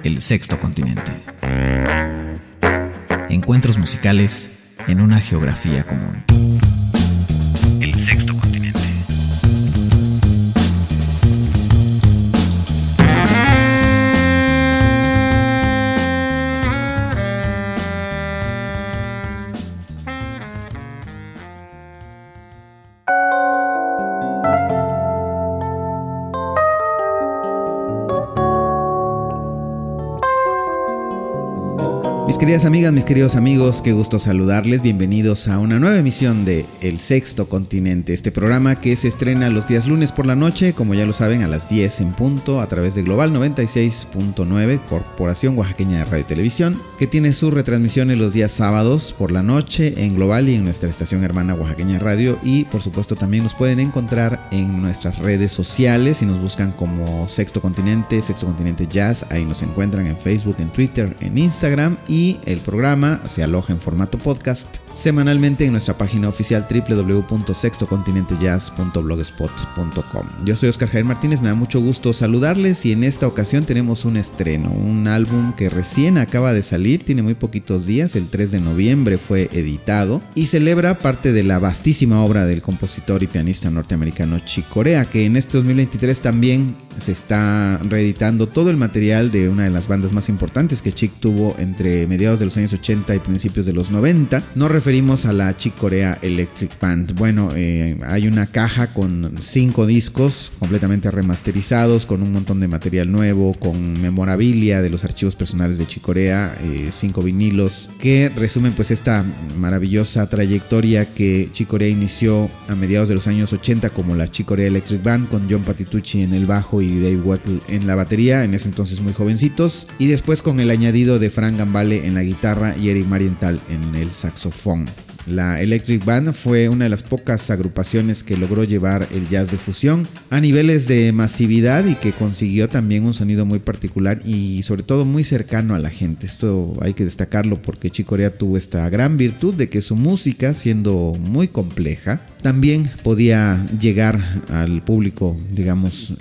El Sexto Continente. Encuentros musicales en una geografía común. El Sexto Continente. Mis queridas amigas, mis queridos amigos, qué gusto saludarles. Bienvenidos a una nueva emisión de El Sexto Continente, este programa que se estrena los días lunes por la noche, como ya lo saben, a las 10 en punto, a través de Global 96.9, Corporación Oaxaqueña de Radio y Televisión, que tiene sus retransmisiones los días sábados por la noche en Global y en nuestra estación hermana Oaxaqueña Radio. Y por supuesto también nos pueden encontrar en nuestras redes sociales si nos buscan como Sexto Continente Jazz. Ahí nos encuentran en Facebook, en Twitter, en Instagram, y el programa se aloja en formato podcast semanalmente en nuestra página oficial www.sextocontinentejazz.blogspot.com. Yo soy Oscar Javier Martínez, me da mucho gusto saludarles y en esta ocasión tenemos un estreno, un álbum que recién acaba de salir, tiene muy poquitos días, el 3 de noviembre fue editado y celebra parte de la vastísima obra del compositor y pianista norteamericano Chick Corea, que en este 2023 también se está reeditando todo el material de una de las bandas más importantes que Chick tuvo entre mediados de los años 80 y principios de los 90. Nos referimos a la Chick Corea Electric Band. Bueno, hay una caja con 5 discos completamente remasterizados, con un montón de material nuevo, con memorabilia de los archivos personales de Chick Corea, 5 vinilos que resumen pues esta maravillosa trayectoria que Chick Corea inició a mediados de los años 80 como la Chick Corea Electric Band, con John Patitucci en el bajo y Dave Weckl en la batería, en ese entonces muy jovencitos, y después con el añadido de Frank Gambale en la guitarra y Eric Marienthal en el saxofón. La Electric Band fue una de las pocas agrupaciones que logró llevar el jazz de fusión a niveles de masividad y que consiguió también un sonido muy particular y sobre todo muy cercano a la gente. Esto hay que destacarlo porque Chick Corea tuvo esta gran virtud de que su música, siendo muy compleja, también podía llegar al público, digamos,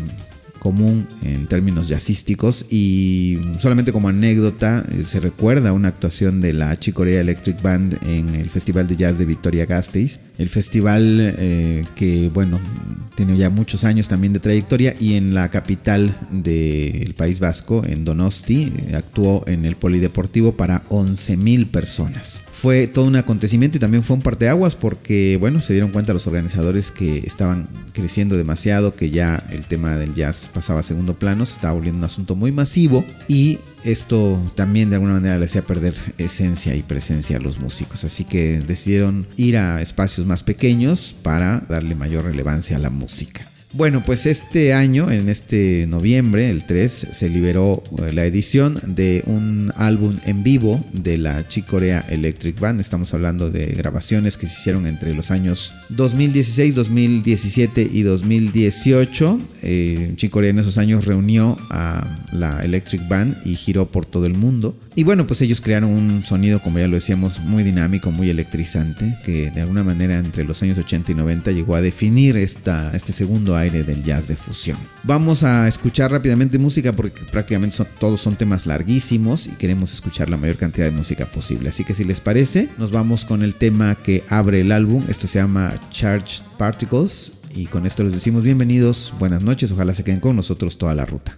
común en términos jazzísticos. Y solamente como anécdota, se recuerda una actuación de la Chick Corea Electric Band en el Festival de Jazz de Vitoria-Gasteiz, el festival que bueno, tiene ya muchos años también de trayectoria, y en la capital del País Vasco, en Donosti, actuó en el Polideportivo para 11,000 personas. Fue todo un acontecimiento y también fue un parteaguas porque, bueno, se dieron cuenta los organizadores que estaban creciendo demasiado, que ya el tema del jazz pasaba a segundo plano, se estaba volviendo un asunto muy masivo y esto también de alguna manera le hacía perder esencia y presencia a los músicos. Así que decidieron ir a espacios más pequeños para darle mayor relevancia a la música. Bueno, pues este año, en este noviembre, el 3, se liberó la edición de un álbum en vivo de la Chick Corea Electric Band. Estamos hablando de grabaciones que se hicieron entre los años 2016, 2017 y 2018. Chick Corea en esos años reunió a la Electric Band y giró por todo el mundo. Y bueno, pues ellos crearon un sonido, como ya lo decíamos, muy dinámico, muy electrizante, que de alguna manera entre los años 80 y 90 llegó a definir este segundo aire del jazz de fusión. Vamos a escuchar rápidamente música porque prácticamente todos son temas larguísimos y queremos escuchar la mayor cantidad de música posible. Así que si les parece, nos vamos con el tema que abre el álbum. Esto se llama Charged Particles y con esto les decimos bienvenidos, buenas noches, ojalá se queden con nosotros toda la ruta.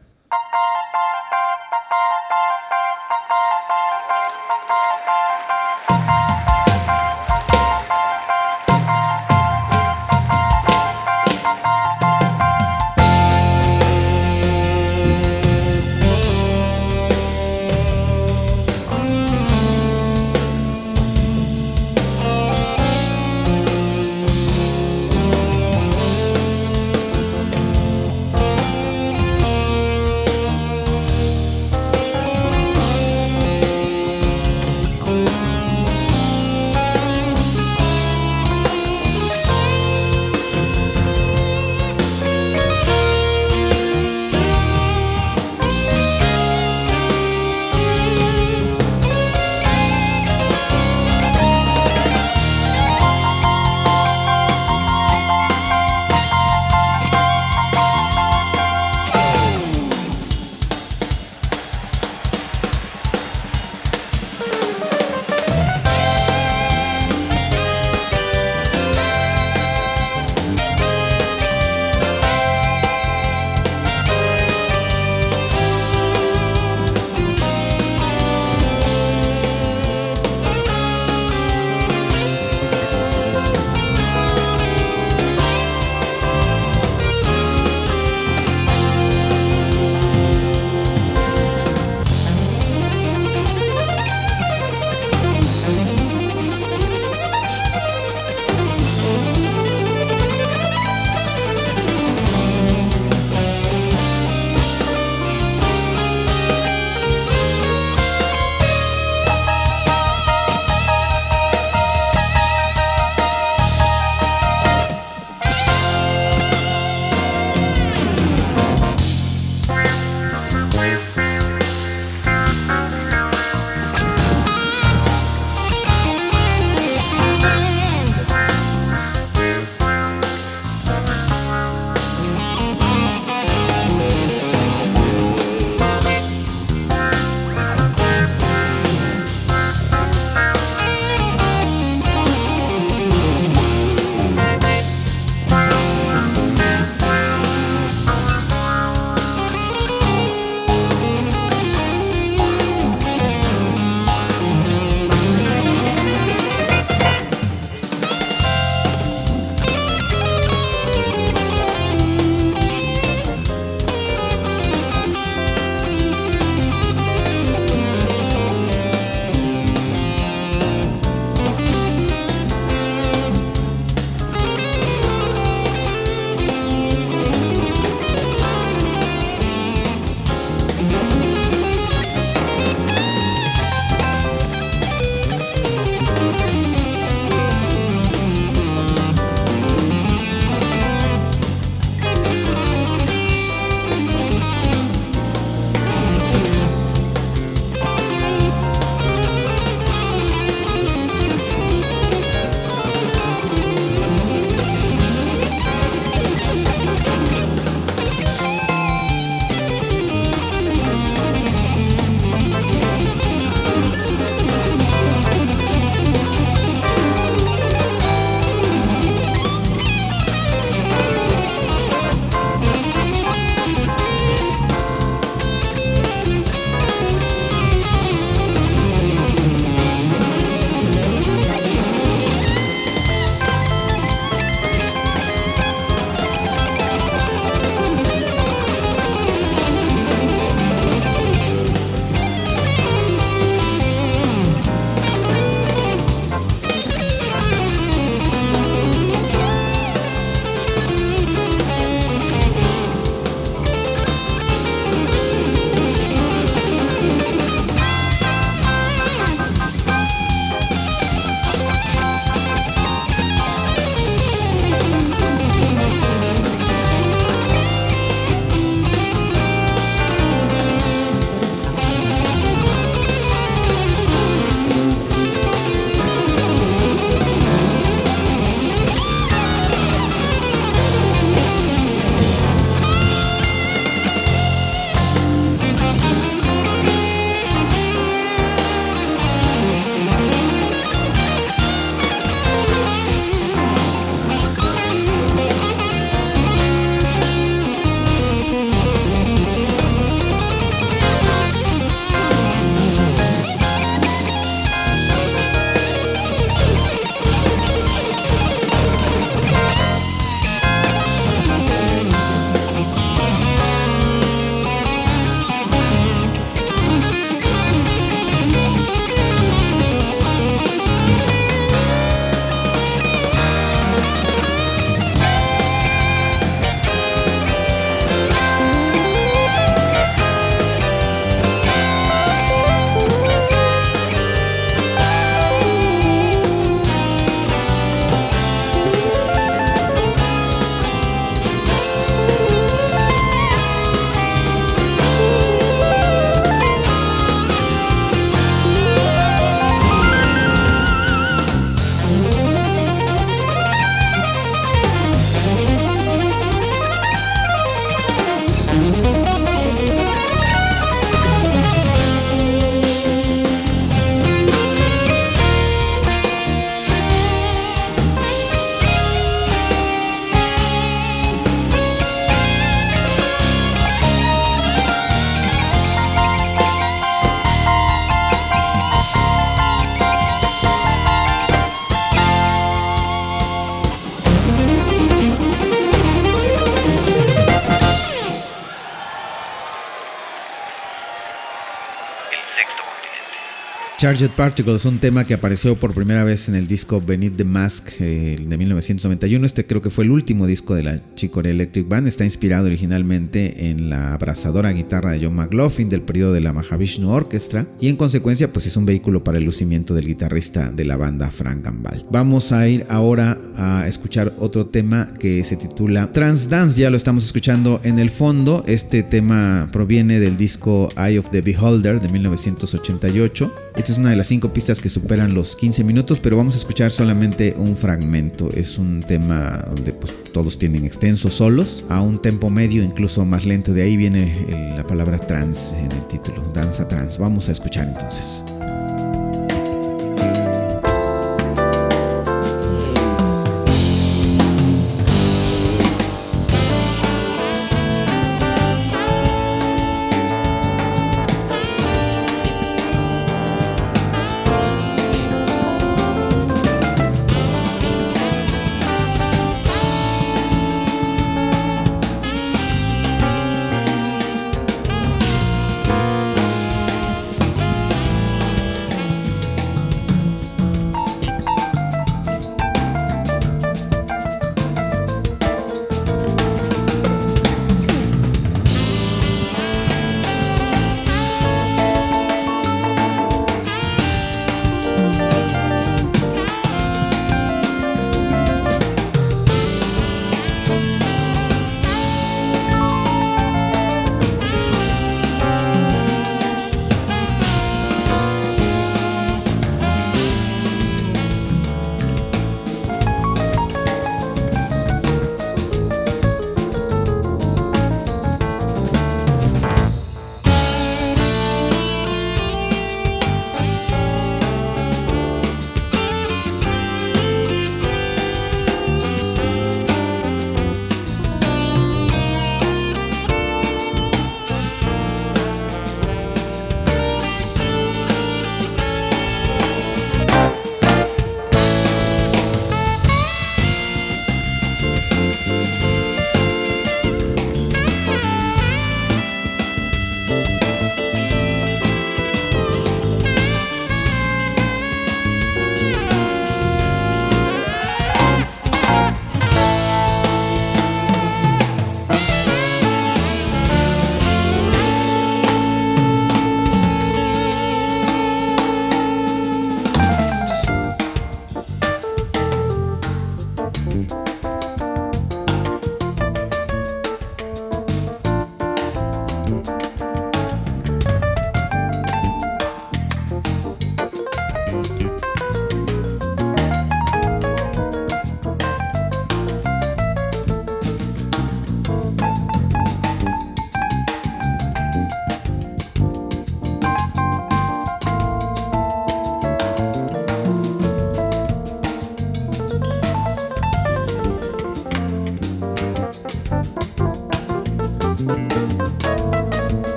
Charged Particles, un tema que apareció por primera vez en el disco Beneath the Mask de 1991. Este creo que fue el último disco de la Chick Corea Electric Band. Está inspirado originalmente en la abrasadora guitarra de John McLaughlin del periodo de la Mahavishnu Orchestra, y en consecuencia pues es un vehículo para el lucimiento del guitarrista de la banda Frank Gambale. Vamos a ir ahora a escuchar otro tema que se titula Trance Dance. Ya lo estamos escuchando en el fondo. Este tema proviene del disco Eye of the Beholder de 1988. Esta es una de las 5 pistas que superan los 15 minutos, pero vamos a escuchar solamente un fragmento. Es un tema donde pues todos tienen extensos solos, a un tempo medio, incluso más lento. De ahí viene la palabra trance en el título, danza trance. Vamos a escuchar entonces.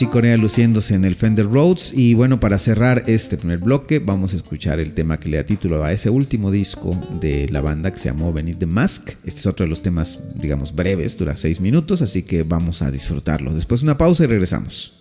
Chick Corea luciéndose en el Fender Rhodes. Y bueno, para cerrar este primer bloque vamos a escuchar el tema que le da título a ese último disco de la banda, que se llamó Beneath the Mask. Este es otro de los temas, digamos, breves, dura 6 minutos, así que vamos a disfrutarlo. Después una pausa y regresamos.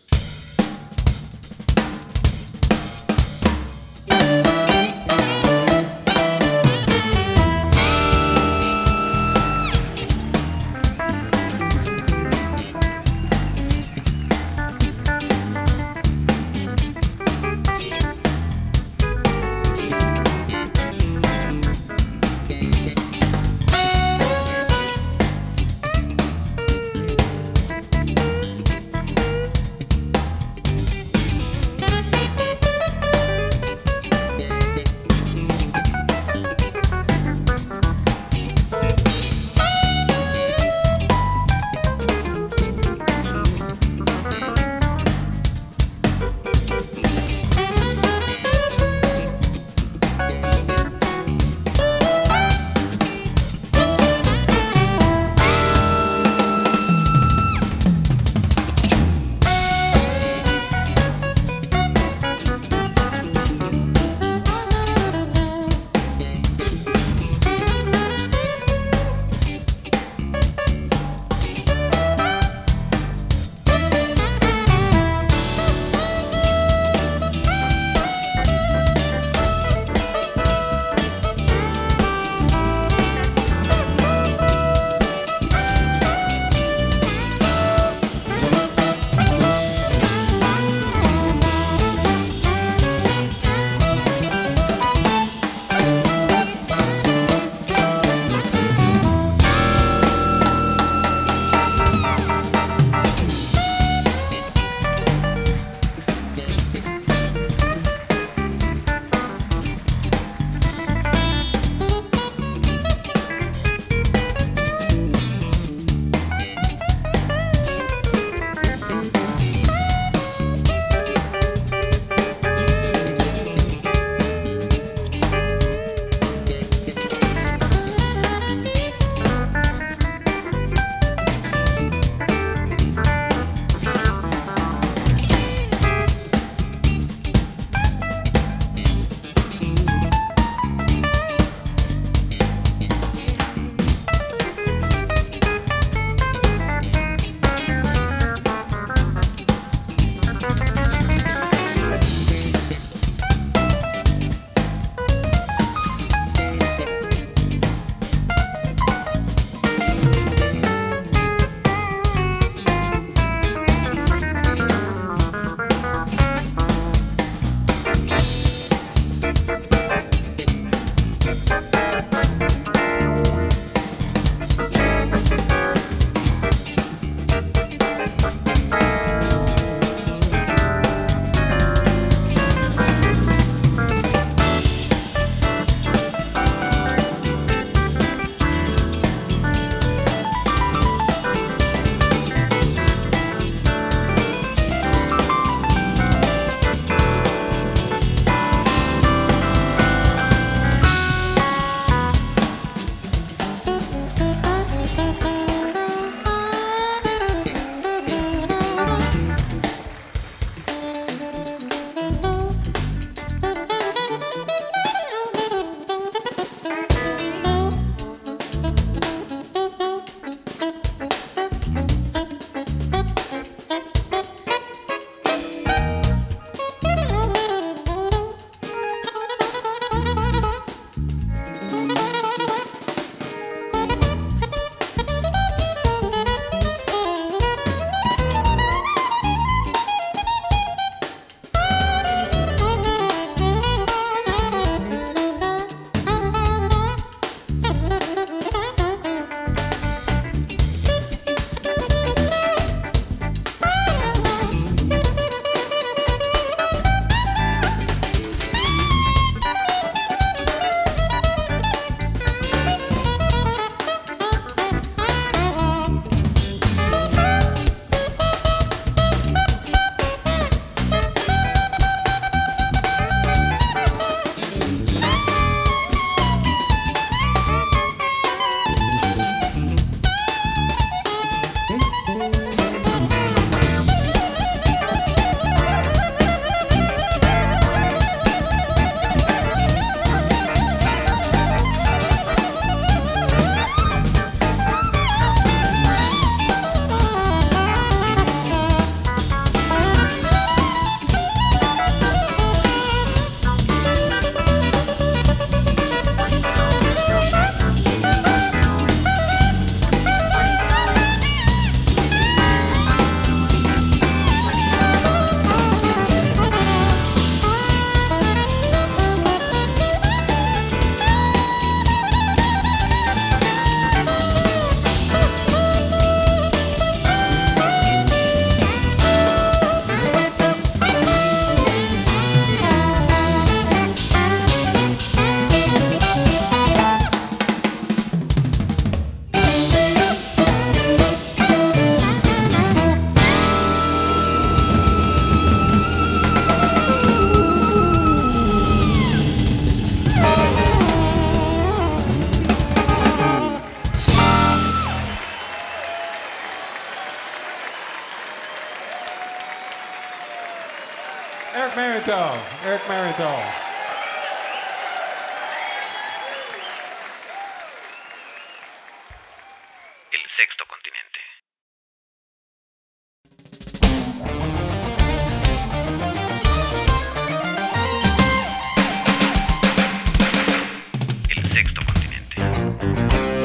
Eric Marienthal. Eric Marienthal. El sexto continente. El sexto continente.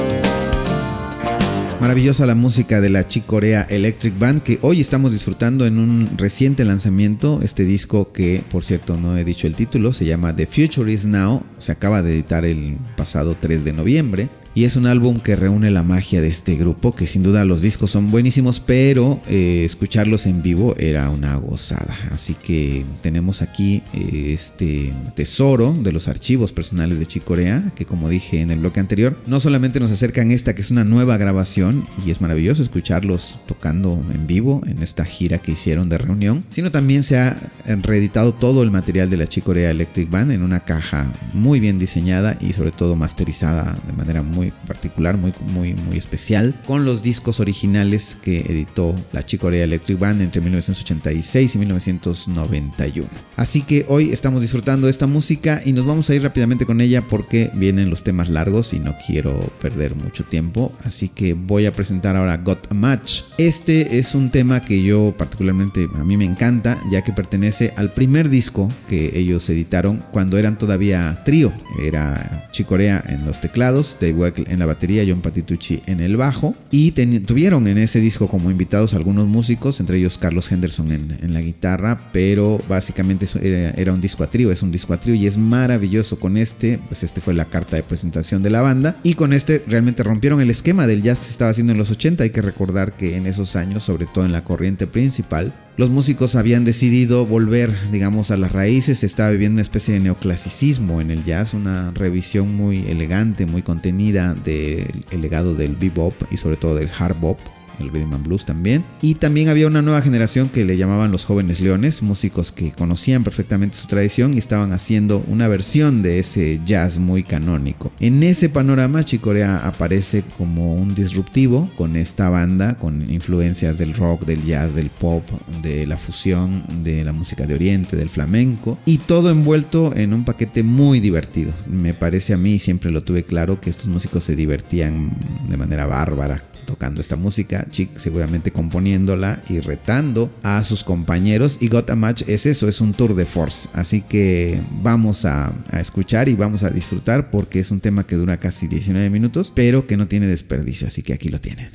Maravillosa la música de la Chicorea Electric Band, que hoy estamos disfrutando en un reciente lanzamiento. Este disco, que por cierto no he dicho el título, se llama The Future Is Now. Se acaba de editar el pasado 3 de noviembre. Y es un álbum que reúne la magia de este grupo, que sin duda los discos son buenísimos, pero escucharlos en vivo era una gozada. Así que tenemos aquí este tesoro de los archivos personales de Chicorea, que como dije en el bloque anterior, no solamente nos acercan esta, que es una nueva grabación, y es maravilloso escucharlos tocando en vivo en esta gira que hicieron de reunión, sino también se ha reeditado todo el material de la Chicorea Electric Band en una caja muy bien diseñada y sobre todo masterizada de manera muy particular, muy especial, con los discos originales que editó la Chicorea Electric Band entre 1986 y 1991. Así que hoy estamos disfrutando de esta música y nos vamos a ir rápidamente con ella porque vienen los temas largos y no quiero perder mucho tiempo. Así que voy a presentar ahora Got a Match. Este es un tema que yo particularmente, a mí me encanta, ya que pertenece al primer disco que ellos editaron cuando eran todavía trío. Era Chicorea en los teclados, Dave Weckl en la batería, John Patitucci en el bajo, y tuvieron en ese disco como invitados algunos músicos, entre ellos Carlos Henderson en la guitarra, pero básicamente era un disco a trío, es un disco a trío y es maravilloso. Con este, pues este fue la carta de presentación de la banda, y con este realmente rompieron el esquema del jazz que se estaba haciendo en los 80. Hay que recordar que en esos años, sobre todo en la corriente principal, los músicos habían decidido volver, digamos, a las raíces. Se estaba viviendo una especie de neoclasicismo en el jazz, una revisión muy elegante, muy contenida del legado del bebop y sobre todo del hard bop, el rhythm and blues también. Y también había una nueva generación que le llamaban los jóvenes leones, músicos que conocían perfectamente su tradición y estaban haciendo una versión de ese jazz muy canónico. En ese panorama, Chicorea aparece como un disruptivo con esta banda, con influencias del rock, del jazz, del pop, de la fusión, de la música de Oriente, del flamenco, y todo envuelto en un paquete muy divertido. Me parece a mí, siempre lo tuve claro, que estos músicos se divertían de manera bárbara tocando esta música, Chick seguramente componiéndola y retando a sus compañeros. Y Got a Match es eso, es un tour de force. Así que vamos a escuchar y vamos a disfrutar, porque es un tema que dura casi 19 minutos, pero que no tiene desperdicio. Así que aquí lo tienen.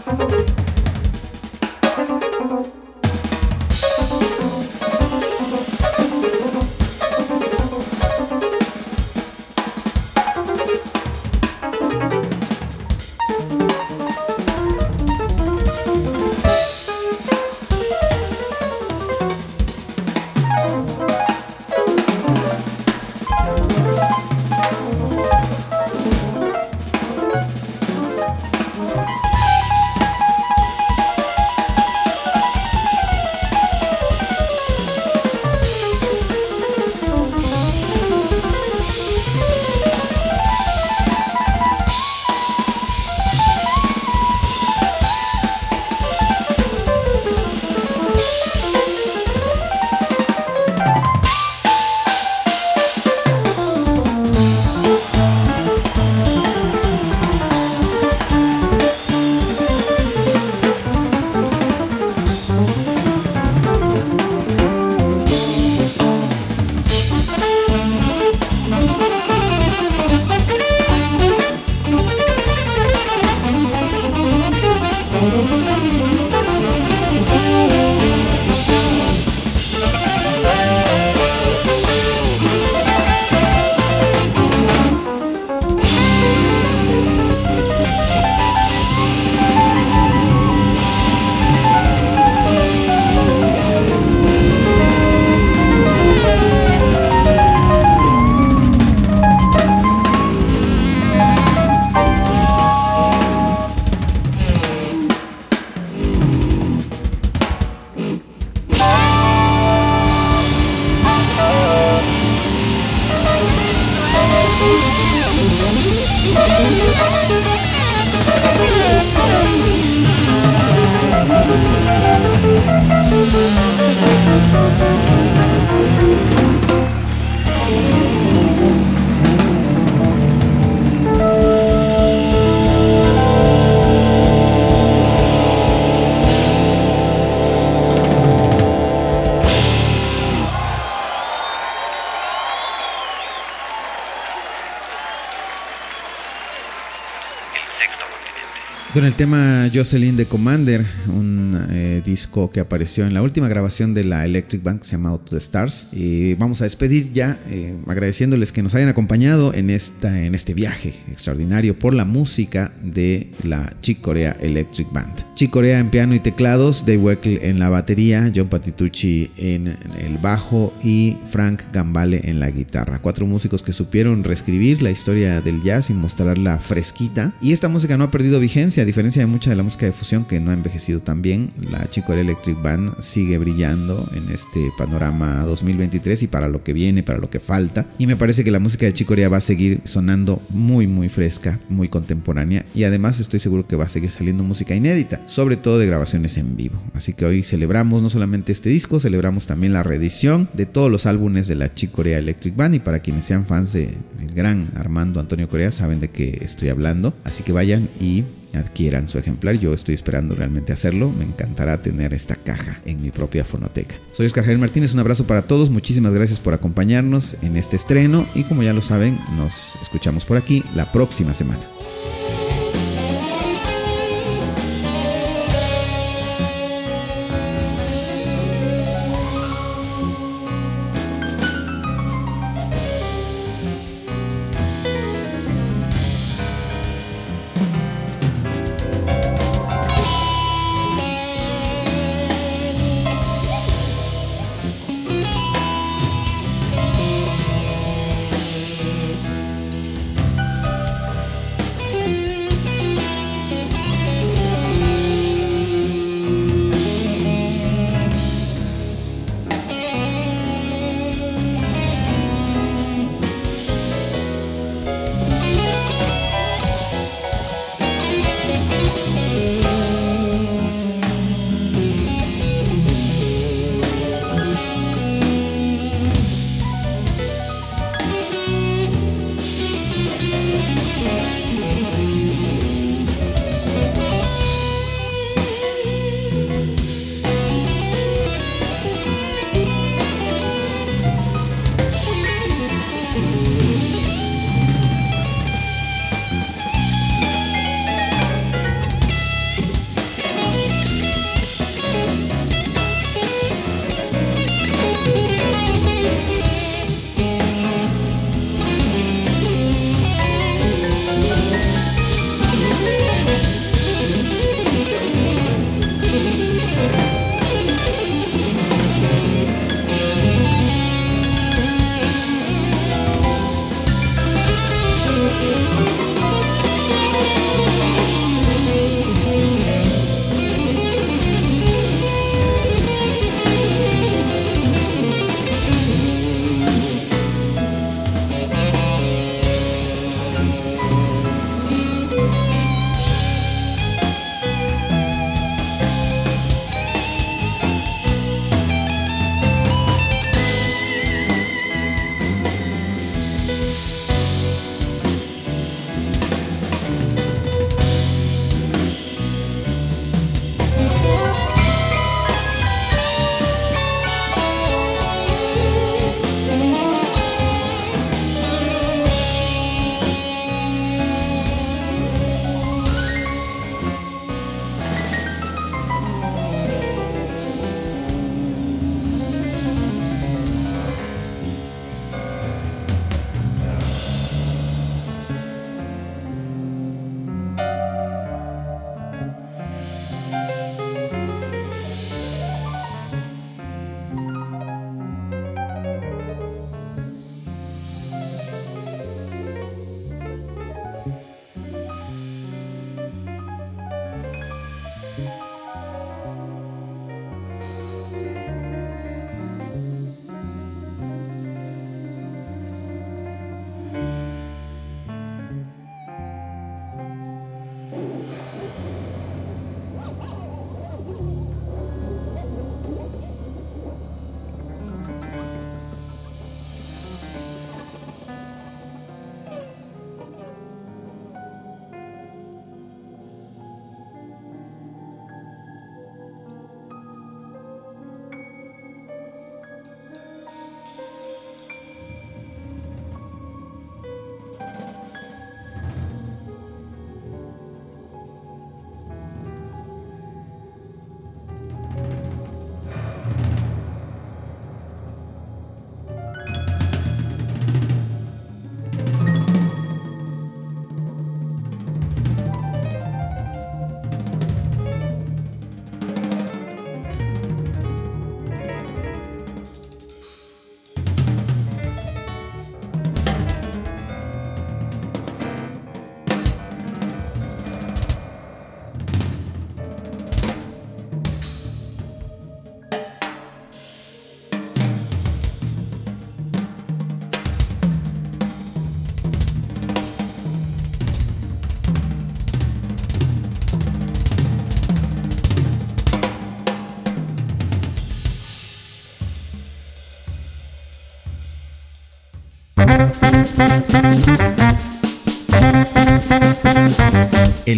Con el tema Jocelyn de Commander, un disco que apareció en la última grabación de la Electric Band que se llama Out to the Stars. Y vamos a despedir ya agradeciéndoles que nos hayan acompañado en este viaje extraordinario por la música de la Chick Corea Electric Band. Chick Corea en piano y teclados, Dave Weckl en la batería, John Patitucci en el bajo y Frank Gambale en la guitarra. 4 músicos que supieron reescribir la historia del jazz y mostrarla fresquita. Y esta música no ha perdido vigencia, a diferencia de mucha de la música de fusión que no ha envejecido tan bien. La Chick Corea Electric Band sigue brillando en este panorama 2023 y para lo que viene, para lo que falta. Y me parece que la música de Chick Corea va a seguir sonando muy muy fresca, muy contemporánea, y además estoy seguro que va a seguir saliendo música inédita, sobre todo de grabaciones en vivo. Así que hoy celebramos no solamente este disco, celebramos también la reedición de todos los álbumes de la Chick Corea Electric Band, y para quienes sean fans del gran Armando Antonio Corea saben de qué estoy hablando, así que vayan y adquieran su ejemplar. Yo estoy esperando realmente hacerlo. Me encantará tener esta caja en mi propia fonoteca. Soy Oscar Javier Martínez, un abrazo para todos, muchísimas gracias por acompañarnos en este estreno y como ya lo saben, nos escuchamos por aquí la próxima semana.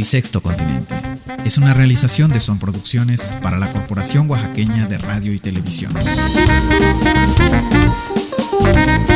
El Sexto Continente es una realización de Son Producciones para la Corporación Oaxaqueña de Radio y Televisión.